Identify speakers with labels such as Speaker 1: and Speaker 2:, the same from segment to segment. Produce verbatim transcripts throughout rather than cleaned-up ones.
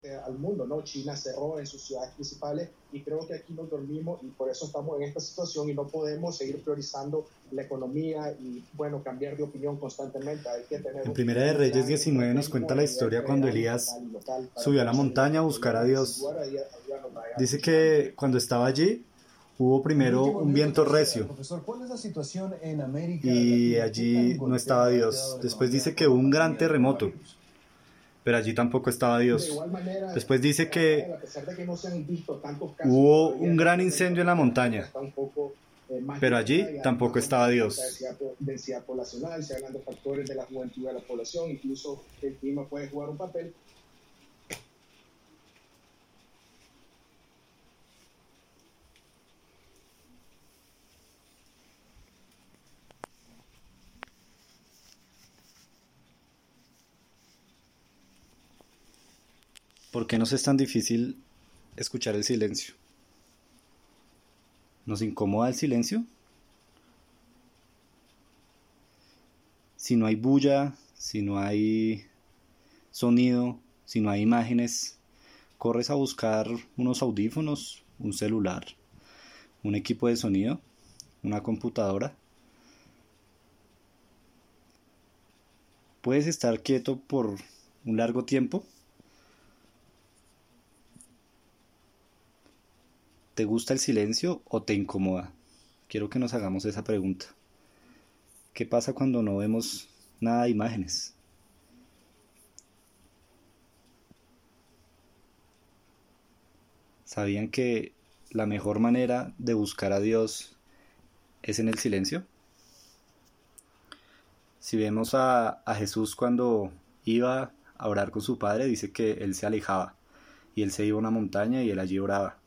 Speaker 1: al mundo, ¿no? China cerró en sus ciudades principales y creo que aquí nos dormimos y por eso estamos en esta situación y no podemos seguir priorizando la economía y, bueno, cambiar de opinión constantemente. Hay que tener
Speaker 2: En
Speaker 1: un,
Speaker 2: Primera de
Speaker 1: un
Speaker 2: Reyes
Speaker 1: plan
Speaker 2: diecinueve nos
Speaker 1: estratégico
Speaker 2: cuenta
Speaker 1: a
Speaker 2: la
Speaker 1: nivel
Speaker 2: historia cuando
Speaker 1: real,
Speaker 2: Elías
Speaker 1: estatal y local para
Speaker 2: subió a la
Speaker 1: poder salir de
Speaker 2: montaña a
Speaker 1: este
Speaker 2: buscar a
Speaker 1: problema y sin
Speaker 2: Dios.
Speaker 1: lugar a Dios nos va a
Speaker 2: Dice
Speaker 1: ayudar mucho.
Speaker 2: que cuando estaba allí hubo primero un viento recio
Speaker 3: Profesor, ¿cuál es la situación en América
Speaker 2: y
Speaker 3: Latina? ¿Qué
Speaker 2: allí
Speaker 3: tan
Speaker 2: no estaba
Speaker 3: golpeada ha
Speaker 2: Dios.
Speaker 3: quedado la
Speaker 2: Después
Speaker 3: economía
Speaker 2: dice que
Speaker 3: por
Speaker 2: hubo
Speaker 3: la
Speaker 2: un gran
Speaker 3: pandemia del
Speaker 2: terremoto,
Speaker 3: coronavirus?
Speaker 2: pero allí tampoco estaba
Speaker 1: De
Speaker 2: Dios.
Speaker 1: igual manera,
Speaker 2: Después dice que
Speaker 1: a pesar de que no se han visto tantos casos,
Speaker 2: hubo
Speaker 1: todavía
Speaker 2: un gran
Speaker 1: el
Speaker 2: incendio en la montaña,
Speaker 1: está un poco eh, más
Speaker 2: pero
Speaker 1: lenta
Speaker 2: allí
Speaker 1: y
Speaker 2: tampoco
Speaker 1: además
Speaker 2: estaba
Speaker 1: hay
Speaker 2: Dios.
Speaker 1: mucha densidad, po- densidad poblacional, se hablan de factores de la juventud de la población, incluso el clima puede jugar un papel.
Speaker 2: ¿Por qué nos es tan difícil escuchar el silencio? ¿Nos incomoda el silencio? Si no hay bulla, si no hay sonido, si no hay imágenes, corres a buscar unos audífonos, un celular, un equipo de sonido, una computadora. Puedes estar quieto por un largo tiempo. ¿Te gusta el silencio o te incomoda? Quiero que nos hagamos esa pregunta. ¿Qué pasa cuando no vemos nada de imágenes? ¿Sabían que la mejor manera de buscar a Dios es en el silencio? Si vemos a, a Jesús cuando iba a orar con su Padre, dice que él se alejaba y él se iba a una montaña y él allí oraba.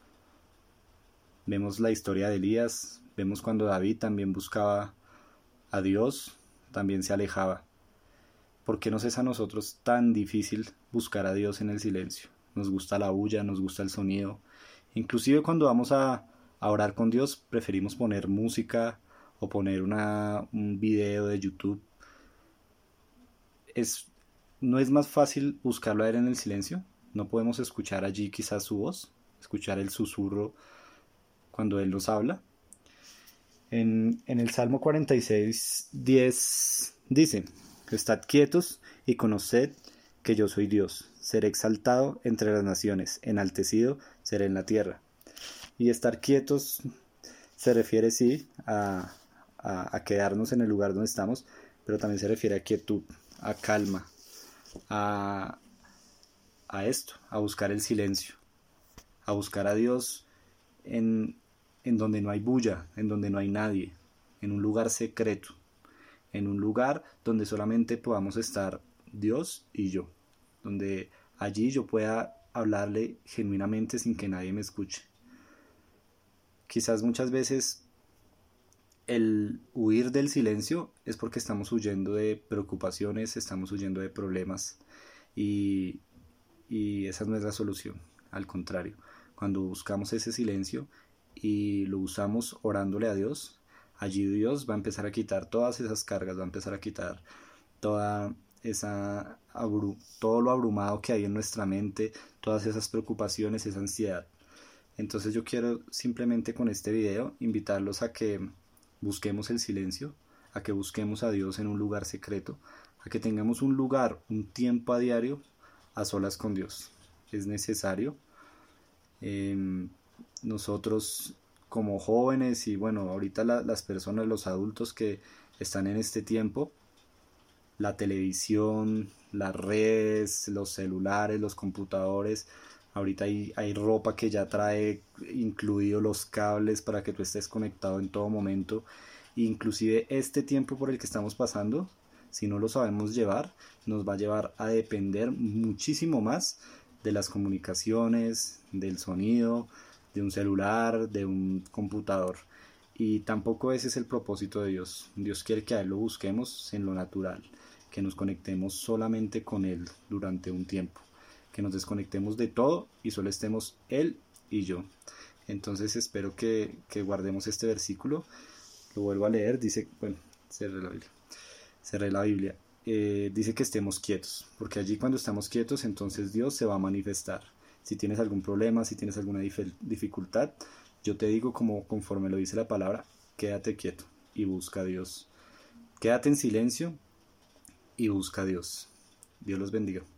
Speaker 2: Vemos la historia de Elías, vemos cuando David también buscaba a Dios, también se alejaba. ¿Por qué nos es a nosotros tan difícil buscar a Dios en el silencio? Nos gusta la bulla, nos gusta el sonido. Inclusive cuando vamos a, a orar con Dios, preferimos poner música o poner una, un video de YouTube. Es, ¿No es más fácil buscarlo a Él en el silencio? ¿No podemos escuchar allí quizás su voz? Escuchar el susurro cuando Él nos habla. En, en el Salmo cuarenta y seis, diez dice: Estad quietos y conoced que yo soy Dios. Seré exaltado entre las naciones, enaltecido seré en la tierra. Y estar quietos se refiere sí a, a, a quedarnos en el lugar donde estamos, pero también se refiere a quietud, a calma, a, a esto, a buscar el silencio, a buscar a Dios en, en donde no hay bulla, en donde no hay nadie, en un lugar secreto, en un lugar donde solamente podamos estar Dios y yo, donde allí yo pueda hablarle genuinamente sin que nadie me escuche. Quizás muchas veces el huir del silencio es porque estamos huyendo de preocupaciones, estamos huyendo de problemas y, y esa no es la solución. Al contrario, cuando buscamos ese silencio y lo usamos orándole a Dios, allí Dios va a empezar a quitar todas esas cargas, va a empezar a quitar toda esa abru- todo lo abrumado que hay en nuestra mente, todas esas preocupaciones, esa ansiedad. Entonces yo quiero simplemente con este video invitarlos a que busquemos el silencio, a que busquemos a Dios en un lugar secreto, a que tengamos un lugar, un tiempo a diario a solas con Dios. Es necesario. Eh, nosotros como jóvenes y bueno, ahorita la, las personas, los adultos que están en este tiempo, la televisión, las redes, los celulares, los computadores, ahorita hay, hay ropa que ya trae incluidos los cables para que tú estés conectado en todo momento. Inclusive este tiempo por el que estamos pasando, si no lo sabemos llevar, nos va a llevar a depender muchísimo más de las comunicaciones, del sonido, de un celular, de un computador. Y tampoco ese es el propósito de Dios. Dios quiere que a Él lo busquemos en lo natural, que nos conectemos solamente con Él durante un tiempo, que nos desconectemos de todo y solo estemos Él y yo. Entonces espero que, que guardemos este versículo. Lo vuelvo a leer, dice, bueno, cerré la Biblia. Cerré la Biblia. eh, dice que estemos quietos, porque allí cuando estamos quietos, entonces Dios se va a manifestar. Si tienes algún problema, si tienes alguna dif- dificultad, yo te digo, como conforme lo dice la palabra, quédate quieto y busca a Dios. Quédate en silencio y busca a Dios. Dios los bendiga.